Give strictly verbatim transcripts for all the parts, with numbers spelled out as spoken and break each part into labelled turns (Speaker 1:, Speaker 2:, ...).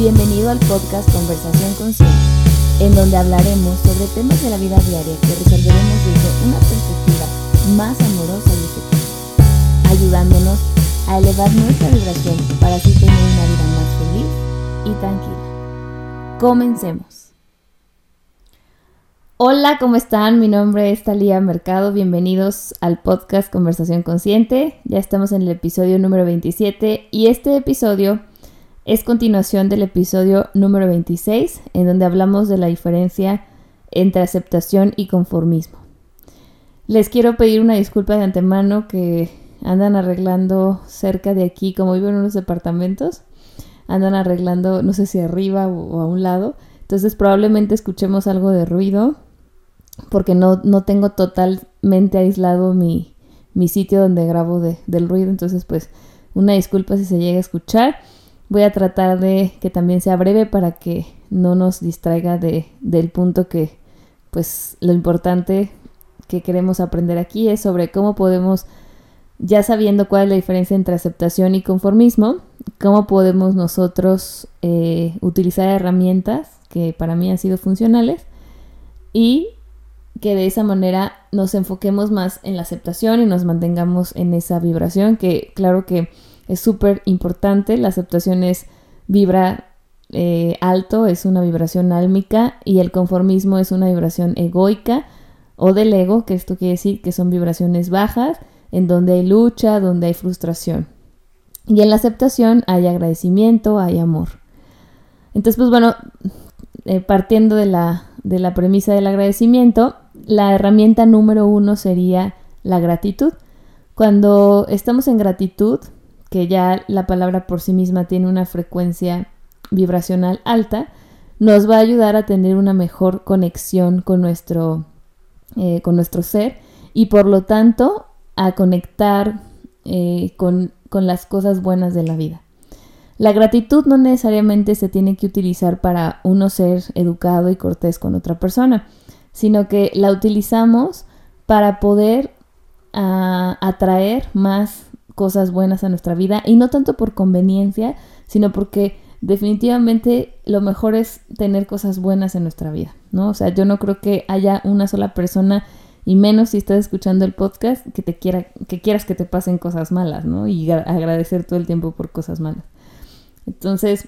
Speaker 1: Bienvenido al podcast Conversación Consciente, en donde hablaremos sobre temas de la vida diaria que resolveremos desde una perspectiva más amorosa y efectiva, ayudándonos a elevar nuestra vibración para así tener una vida más feliz y tranquila. Comencemos. Hola, ¿cómo están? Mi nombre es Talía Mercado. Bienvenidos al podcast Conversación Consciente. Ya estamos en el episodio número veintisiete y este episodio es continuación del episodio número veintiséis, en donde hablamos de la diferencia entre aceptación y conformismo. Les quiero pedir una disculpa de antemano que andan arreglando cerca de aquí, como vivo en unos departamentos, andan arreglando, no sé si arriba o, o a un lado, entonces probablemente escuchemos algo de ruido, porque no, no tengo totalmente aislado mi, mi sitio donde grabo de, del ruido, entonces pues una disculpa si se llega a escuchar. Voy a tratar de que también sea breve para que no nos distraiga de, del punto que, pues, lo importante que queremos aprender aquí es sobre cómo podemos, ya sabiendo cuál es la diferencia entre aceptación y conformismo, cómo podemos nosotros eh, utilizar herramientas que para mí han sido funcionales y que de esa manera nos enfoquemos más en la aceptación y nos mantengamos en esa vibración que, claro que es súper importante. La aceptación es vibra eh, alto, es una vibración álmica, y el conformismo es una vibración egoica o del ego, que esto quiere decir que son vibraciones bajas, en donde hay lucha, donde hay frustración. Y en la aceptación hay agradecimiento, hay amor. Entonces, pues bueno, eh, partiendo de la, de la premisa del agradecimiento, la herramienta número uno sería la gratitud. Cuando estamos en gratitud, que ya la palabra por sí misma tiene una frecuencia vibracional alta, nos va a ayudar a tener una mejor conexión con nuestro, eh, con nuestro ser y por lo tanto a conectar eh, con, con las cosas buenas de la vida. La gratitud no necesariamente se tiene que utilizar para uno ser educado y cortés con otra persona, sino que la utilizamos para poder uh, atraer más cosas buenas a nuestra vida, y no tanto por conveniencia, sino porque definitivamente lo mejor es tener cosas buenas en nuestra vida, ¿no? O sea, yo no creo que haya una sola persona, y menos si estás escuchando el podcast, que te quiera, que quieras que te pasen cosas malas, ¿no? Y agradecer todo el tiempo por cosas malas. Entonces,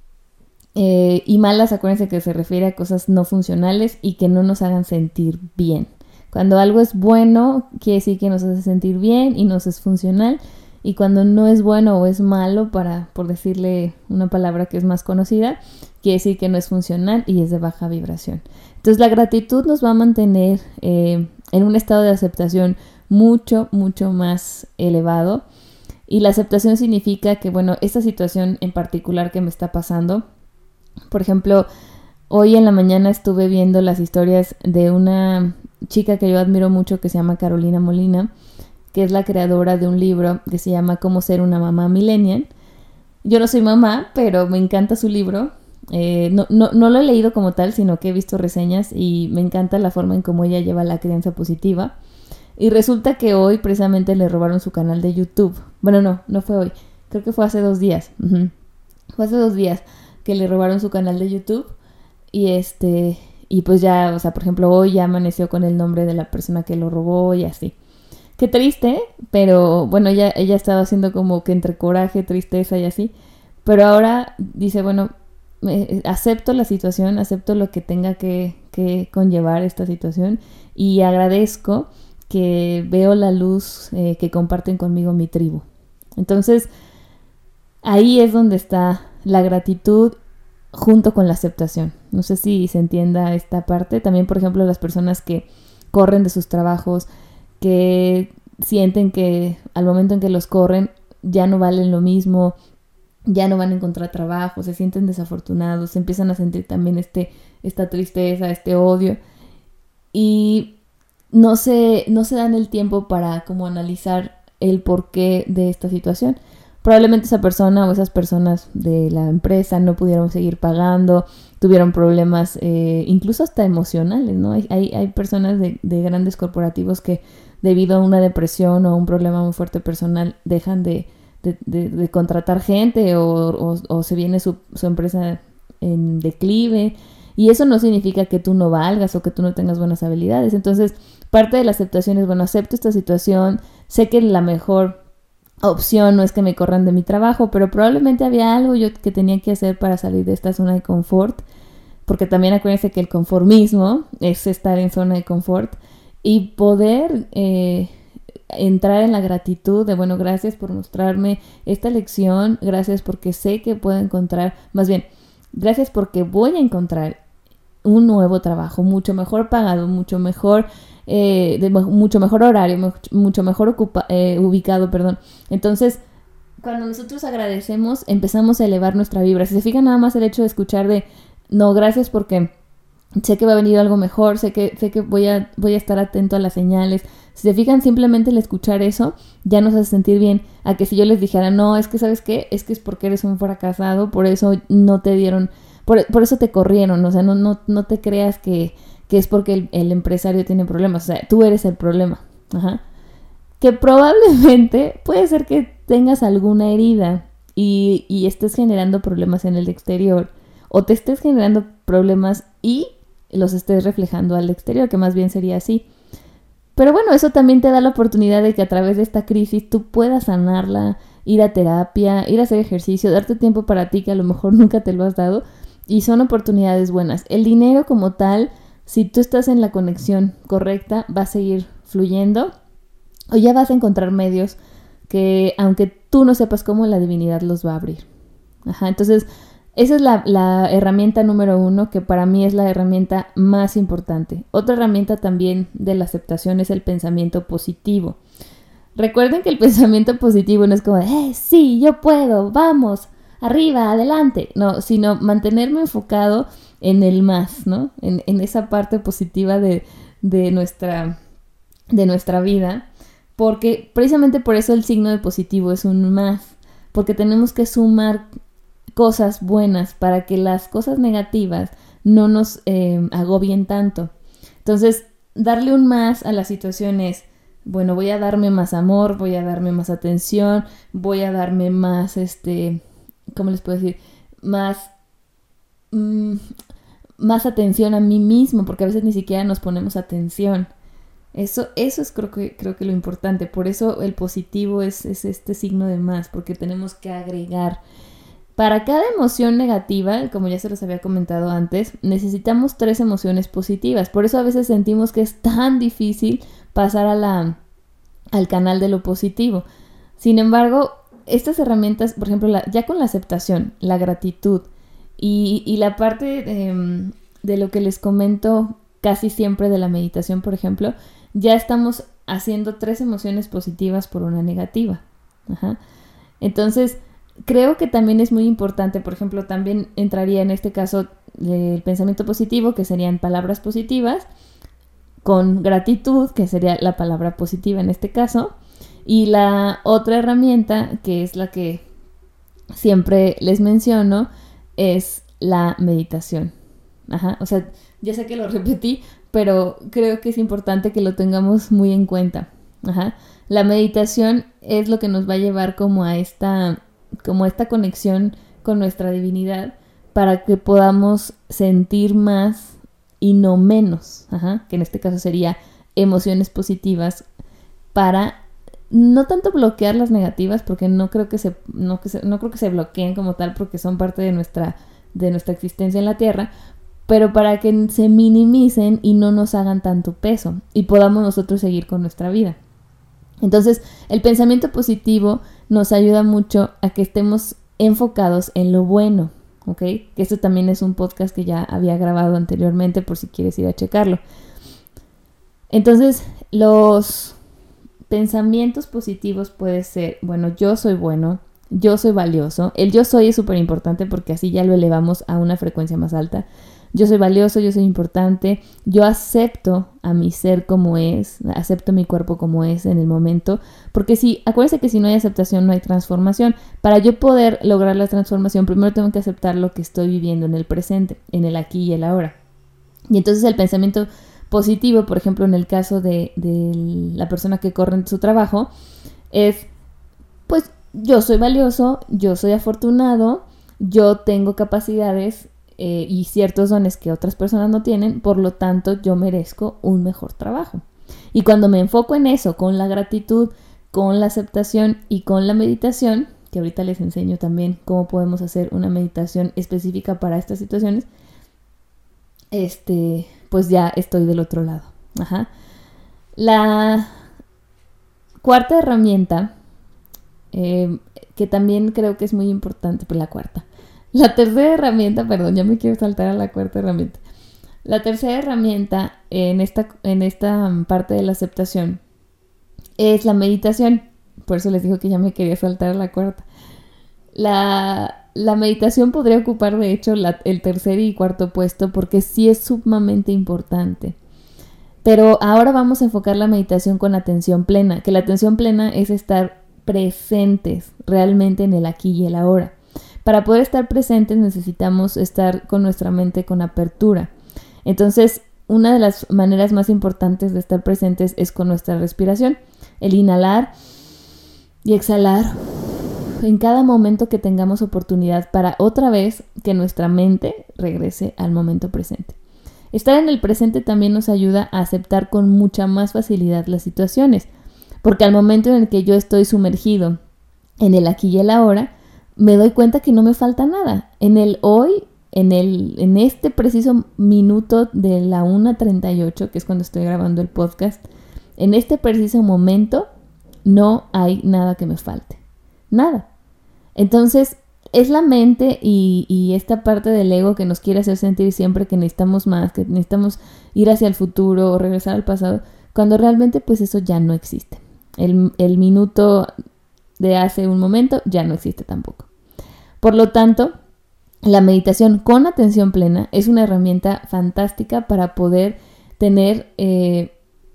Speaker 1: eh, y malas, acuérdense que se refiere a cosas no funcionales y que no nos hagan sentir bien. Cuando algo es bueno, quiere decir que nos hace sentir bien y nos es funcional. Y cuando no es bueno o es malo, para, por decirle una palabra que es más conocida, quiere decir que no es funcional y es de baja vibración. Entonces la gratitud nos va a mantener eh, en un estado de aceptación mucho, mucho más elevado. Y la aceptación significa que, bueno, esta situación en particular que me está pasando, por ejemplo, hoy en la mañana estuve viendo las historias de una chica que yo admiro mucho que se llama Carolina Molina, que es la creadora de un libro que se llama Cómo ser una mamá millennial. Yo no soy mamá, pero me encanta su libro. Eh, no, no, no lo he leído como tal, sino que he visto reseñas y me encanta la forma en cómo ella lleva la crianza positiva. Y resulta que hoy precisamente le robaron su canal de YouTube. Bueno, no, no fue hoy. Creo que fue hace dos días. Uh-huh. Fue hace dos días que le robaron su canal de YouTube. Y este... Y pues ya, o sea, por ejemplo, hoy ya amaneció con el nombre de la persona que lo robó y así. Qué triste, pero bueno, ella, ella estaba haciendo como que entre coraje, tristeza y así. Pero ahora dice, bueno, eh, acepto la situación, acepto lo que tenga que, que conllevar esta situación y agradezco que veo la luz eh, que comparten conmigo mi tribu. Entonces, ahí es donde está la gratitud junto con la aceptación. No sé si se entienda esta parte. También, por ejemplo, las personas que corren de sus trabajos, que sienten que al momento en que los corren ya no valen lo mismo, ya no van a encontrar trabajo, se sienten desafortunados, se empiezan a sentir también este, esta tristeza, este odio, y no se, no se dan el tiempo para como analizar el porqué de esta situación. Probablemente esa persona o esas personas de la empresa no pudieron seguir pagando, tuvieron problemas eh, incluso hasta emocionales, ¿no? Hay, hay, hay personas de, de grandes corporativos que debido a una depresión o un problema muy fuerte personal dejan de, de, de, de contratar gente o, o, o se viene su, su empresa en declive, y eso no significa que tú no valgas o que tú no tengas buenas habilidades. Entonces, parte de la aceptación es, bueno, acepto esta situación, sé que la mejor opción no es que me corran de mi trabajo, pero probablemente había algo yo que tenía que hacer para salir de esta zona de confort, porque también acuérdense que el conformismo es estar en zona de confort, y poder eh, entrar en la gratitud de, bueno, gracias por mostrarme esta lección, gracias porque sé que puedo encontrar, más bien, gracias porque voy a encontrar un nuevo trabajo, mucho mejor pagado, mucho mejor, eh, de mucho mejor horario, mucho, mucho mejor ocupa, eh, ubicado, perdón. Entonces, cuando nosotros agradecemos, empezamos a elevar nuestra vibra. Si se fijan, nada más el hecho de escuchar de, no, gracias porque sé que va a venir algo mejor, sé que, sé que voy a, voy a estar atento a las señales. Si se fijan, simplemente el escuchar eso ya nos hace sentir bien. A que si yo les dijera, no, es que ¿sabes qué? Es que es porque eres un fracasado, por eso no te dieron, por, por eso te corrieron. O sea, no, no, no te creas que, que es porque el, el empresario tiene problemas. O sea, tú eres el problema. Ajá. Que probablemente puede ser que tengas alguna herida y, y estés generando problemas en el exterior, o te estés generando problemas y los estés reflejando al exterior, que más bien sería así. Pero bueno, eso también te da la oportunidad de que a través de esta crisis tú puedas sanarla, ir a terapia, ir a hacer ejercicio, darte tiempo para ti que a lo mejor nunca te lo has dado, y son oportunidades buenas. El dinero como tal, si tú estás en la conexión correcta, va a seguir fluyendo, o ya vas a encontrar medios que, aunque tú no sepas cómo, la divinidad los va a abrir. Ajá, entonces esa es la, la herramienta número uno, que para mí es la herramienta más importante. Otra herramienta también de la aceptación es el pensamiento positivo. Recuerden que el pensamiento positivo no es como, eh, sí, yo puedo, vamos, arriba, adelante. No, sino mantenerme enfocado en el más, ¿no? En, en esa parte positiva de, de, nuestra, de nuestra vida. Porque precisamente por eso el signo de positivo es un más. Porque tenemos que sumar cosas buenas para que las cosas negativas no nos eh, agobien tanto. Entonces, darle un más a las situaciones, bueno, voy a darme más amor, voy a darme más atención, voy a darme más, este, ¿cómo les puedo decir? Más, mmm, más atención a mí mismo, porque a veces ni siquiera nos ponemos atención. Eso, eso es creo que, creo que lo importante. Por eso el positivo es, es este signo de más, porque tenemos que agregar. Para cada emoción negativa, como ya se los había comentado antes, necesitamos tres emociones positivas. Por eso a veces sentimos que es tan difícil pasar a la, al canal de lo positivo. Sin embargo, estas herramientas, por ejemplo, la, ya con la aceptación, la gratitud y, y la parte de, de lo que les comento casi siempre de la meditación, por ejemplo, ya estamos haciendo tres emociones positivas por una negativa. Ajá. Entonces, creo que también es muy importante, por ejemplo, también entraría en este caso el pensamiento positivo, que serían palabras positivas, con gratitud, que sería la palabra positiva en este caso, y la otra herramienta, que es la que siempre les menciono, es la meditación. Ajá, o sea, ya sé que lo repetí, pero creo que es importante que lo tengamos muy en cuenta. Ajá, la meditación es lo que nos va a llevar como a esta como esta conexión con nuestra divinidad, para que podamos sentir más y no menos, ajá, que en este caso sería emociones positivas, para no tanto bloquear las negativas, porque no creo que se no, que se, no creo que se bloqueen como tal, porque son parte de nuestra de nuestra existencia en la tierra, pero para que se minimicen y no nos hagan tanto peso y podamos nosotros seguir con nuestra vida. Entonces, el pensamiento positivo nos ayuda mucho a que estemos enfocados en lo bueno, ¿ok? Que esto también es un podcast que ya había grabado anteriormente, por si quieres ir a checarlo. Entonces, los pensamientos positivos puede ser, bueno, yo soy bueno, yo soy valioso. El yo soy es súper importante porque así ya lo elevamos a una frecuencia más alta. Yo soy valioso, yo soy importante, yo acepto a mi ser como es, acepto mi cuerpo como es en el momento, porque si, acuérdense que si no hay aceptación no hay transformación. Para yo poder lograr la transformación, primero tengo que aceptar lo que estoy viviendo en el presente, en el aquí y el ahora. Y entonces el pensamiento positivo, por ejemplo, en el caso de, de la persona que corre en su trabajo, es, pues, yo soy valioso, yo soy afortunado, yo tengo capacidades eh, y ciertos dones que otras personas no tienen, por lo tanto yo merezco un mejor trabajo. Y cuando me enfoco en eso, con la gratitud, con la aceptación y con la meditación, que ahorita les enseño también cómo podemos hacer una meditación específica para estas situaciones, este, pues ya estoy del otro lado. Ajá. La cuarta herramienta, eh, que también creo que es muy importante, pues la cuarta. La tercera herramienta, perdón, ya me quiero saltar a la cuarta herramienta. La tercera herramienta en esta, en esta parte de la aceptación es la meditación. Por eso les digo que ya me quería saltar a la cuarta. La, la meditación podría ocupar, de hecho, la, el tercer y cuarto puesto porque sí es sumamente importante. Pero ahora vamos a enfocar la meditación con atención plena, que la atención plena es estar presentes realmente en el aquí y el ahora. Para poder estar presentes necesitamos estar con nuestra mente con apertura. Entonces, una de las maneras más importantes de estar presentes es con nuestra respiración. El inhalar y exhalar en cada momento que tengamos oportunidad para otra vez que nuestra mente regrese al momento presente. Estar en el presente también nos ayuda a aceptar con mucha más facilidad las situaciones, porque al momento en el que yo estoy sumergido en el aquí y el ahora, me doy cuenta que no me falta nada. En el hoy, en, el, en este preciso minuto de la una treinta y ocho, que es cuando estoy grabando el podcast, en este preciso momento no hay nada que me falte. Nada. Entonces, es la mente y, y esta parte del ego que nos quiere hacer sentir siempre que necesitamos más, que necesitamos ir hacia el futuro o regresar al pasado, cuando realmente pues eso ya no existe. El, el minuto de hace un momento ya no existe tampoco. Por lo tanto, la meditación con atención plena es una herramienta fantástica para poder tener eh,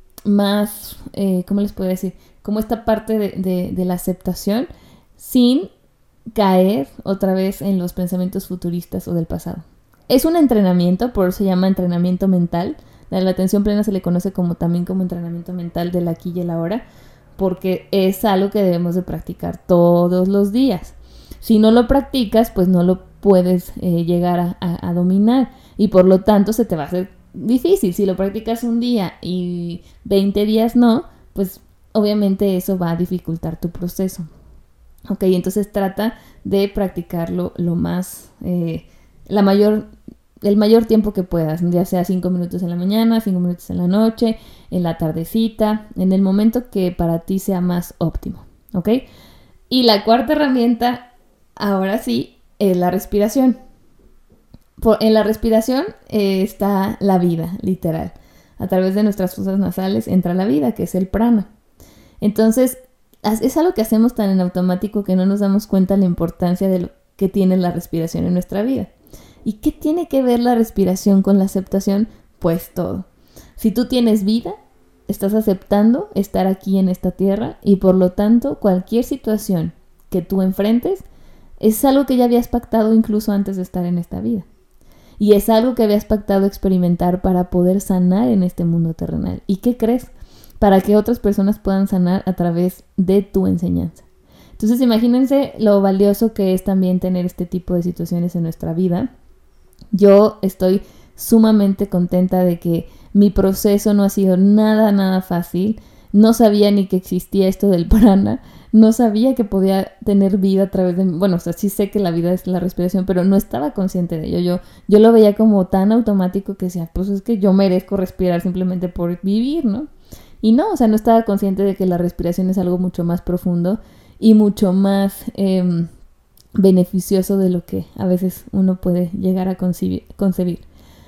Speaker 1: más, eh, ¿cómo les puedo decir? Como esta parte de, de, de la aceptación sin caer otra vez en los pensamientos futuristas o del pasado. Es un entrenamiento, por eso se llama entrenamiento mental. A la atención plena se le conoce como también como entrenamiento mental del aquí y el ahora, porque es algo que debemos de practicar todos los días. Si no lo practicas, pues no lo puedes eh, llegar a, a, a dominar y por lo tanto se te va a hacer difícil. Si lo practicas un día y veinte días no, pues obviamente eso va a dificultar tu proceso. Ok, entonces trata de practicarlo lo más, eh, la mayor, el mayor tiempo que puedas, ya sea cinco minutos en la mañana, cinco minutos en la noche, en la tardecita, en el momento que para ti sea más óptimo, ¿ok? Y la cuarta herramienta, ahora sí, es la respiración. Por, en la respiración eh, está la vida, literal. A través de nuestras fosas nasales entra la vida, que es el prana. Entonces, es algo que hacemos tan en automático que no nos damos cuenta de la importancia de lo que tiene la respiración en nuestra vida. ¿Y qué tiene que ver la respiración con la aceptación? Pues todo. Si tú tienes vida, estás aceptando estar aquí en esta tierra y por lo tanto cualquier situación que tú enfrentes es algo que ya habías pactado incluso antes de estar en esta vida. Y es algo que habías pactado experimentar para poder sanar en este mundo terrenal. ¿Y qué crees? Para que otras personas puedan sanar a través de tu enseñanza. Entonces imagínense lo valioso que es también tener este tipo de situaciones en nuestra vida. Yo estoy sumamente contenta de que mi proceso no ha sido nada, nada fácil. No sabía ni que existía esto del prana. No sabía que podía tener vida a través de... Bueno, o sea, sí sé que la vida es la respiración, pero no estaba consciente de ello. Yo, yo lo veía como tan automático que decía, pues es que yo merezco respirar simplemente por vivir, ¿no? Y no, o sea, no estaba consciente de que la respiración es algo mucho más profundo y mucho más eh, beneficioso de lo que a veces uno puede llegar a concebir. concebir.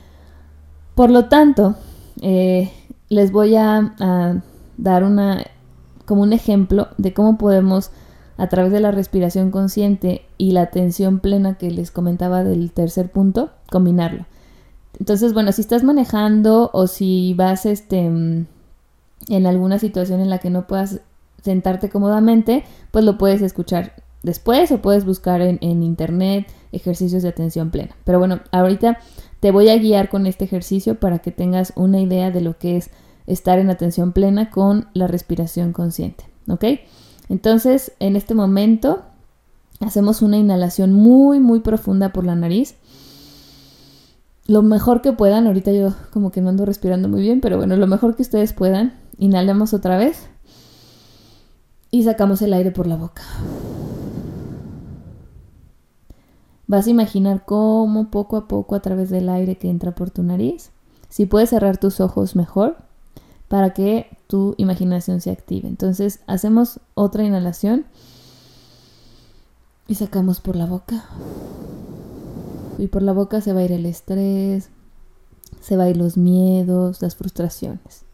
Speaker 1: Por lo tanto, eh, les voy a, a dar una, como un ejemplo de cómo podemos, a través de la respiración consciente y la atención plena que les comentaba del tercer punto, combinarlo. Entonces, bueno, si estás manejando o si vas este... en alguna situación en la que no puedas sentarte cómodamente, pues lo puedes escuchar después o puedes buscar en, en internet ejercicios de atención plena. Pero bueno, ahorita te voy a guiar con este ejercicio para que tengas una idea de lo que es estar en atención plena con la respiración consciente, ¿ok? Entonces, en este momento hacemos una inhalación muy, muy profunda por la nariz. lo mejor que puedan. Ahorita yo como que no ando respirando muy bien, pero bueno, lo mejor que ustedes puedan. Inhalamos otra vez y sacamos el aire por la boca. Vas a imaginar cómo poco a poco a través del aire que entra por tu nariz, si puedes cerrar tus ojos mejor para que tu imaginación se active. Entonces hacemos otra inhalación y sacamos por la boca. Y por la boca se va a ir el estrés, se va a ir los miedos, las frustraciones.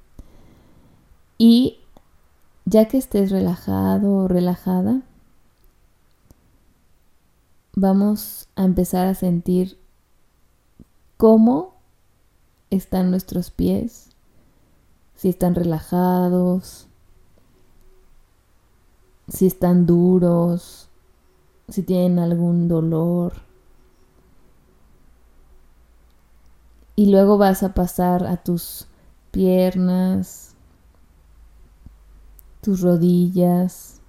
Speaker 1: Y ya que estés relajado o relajada, vamos a empezar a sentir cómo están nuestros pies, si están relajados, si están duros, si tienen algún dolor. Y luego vas a pasar a tus piernas, tus rodillas,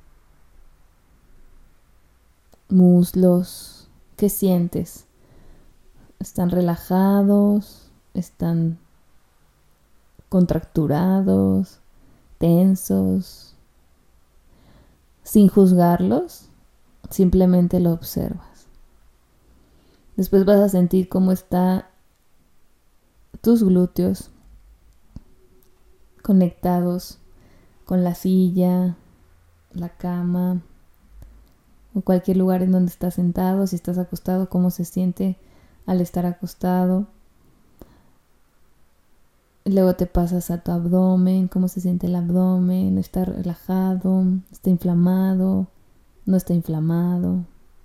Speaker 1: muslos. ¿Qué sientes? ¿Están relajados? ¿Están contracturados? ¿Tensos? Sin juzgarlos, simplemente lo observas. Después vas a sentir cómo están tus glúteos conectados con la silla, la cama o cualquier lugar en donde estás sentado. Si estás acostado, cómo se siente al estar acostado. Luego te pasas a tu abdomen, cómo se siente el abdomen, está relajado, está inflamado, no está inflamado.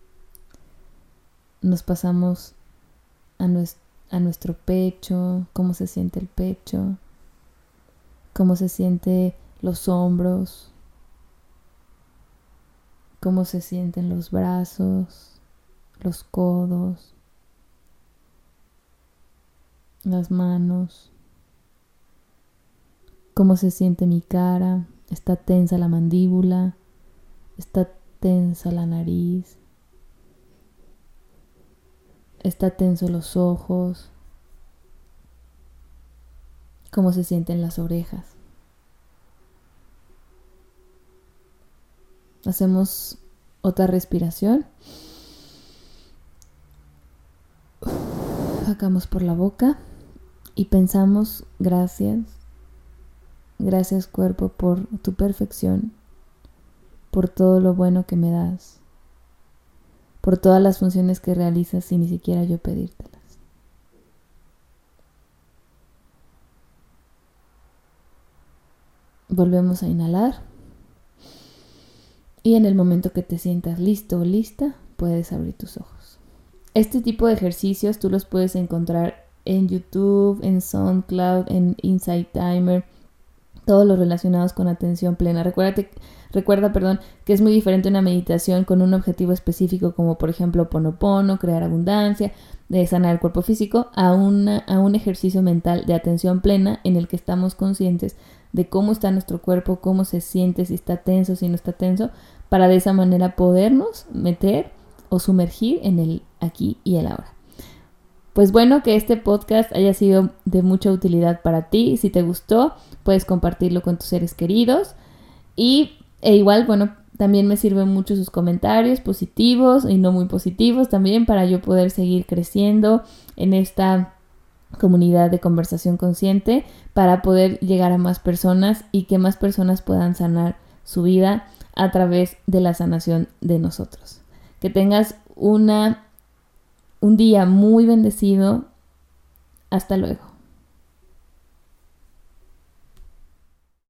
Speaker 1: Nos pasamos a nuestro, a nuestro pecho, cómo se siente el pecho, cómo se sienten los hombros, cómo se sienten los brazos, los codos, las manos, cómo se siente mi cara. Está tensa la mandíbula, está tensa la nariz, está tenso los ojos, cómo se sienten las orejas. Hacemos otra respiración. Sacamos por la boca y pensamos: gracias, gracias cuerpo por tu perfección, por todo lo bueno que me das, por todas las funciones que realizas sin ni siquiera yo pedírtelas. Volvemos a inhalar y en el momento que te sientas listo o lista, puedes abrir tus ojos. Este tipo de ejercicios tú los puedes encontrar en YouTube, en SoundCloud, en Insight Timer, todos los relacionados con atención plena. Recuérdate, recuerda perdón, que es muy diferente una meditación con un objetivo específico, como por ejemplo Ho'oponopono, crear abundancia, de sanar el cuerpo físico, a, una, a un ejercicio mental de atención plena en el que estamos conscientes de cómo está nuestro cuerpo, cómo se siente, si está tenso, si no está tenso, para de esa manera podernos meter o sumergir en el aquí y el ahora. Pues bueno, que este podcast haya sido de mucha utilidad para ti. Si te gustó, puedes compartirlo con tus seres queridos. Y e igual, bueno, también me sirven mucho sus comentarios positivos y no muy positivos también, para yo poder seguir creciendo en esta comunidad de conversación consciente, para poder llegar a más personas y que más personas puedan sanar su vida a través de la sanación de nosotros. Que tengas una, un día muy bendecido. Hasta luego.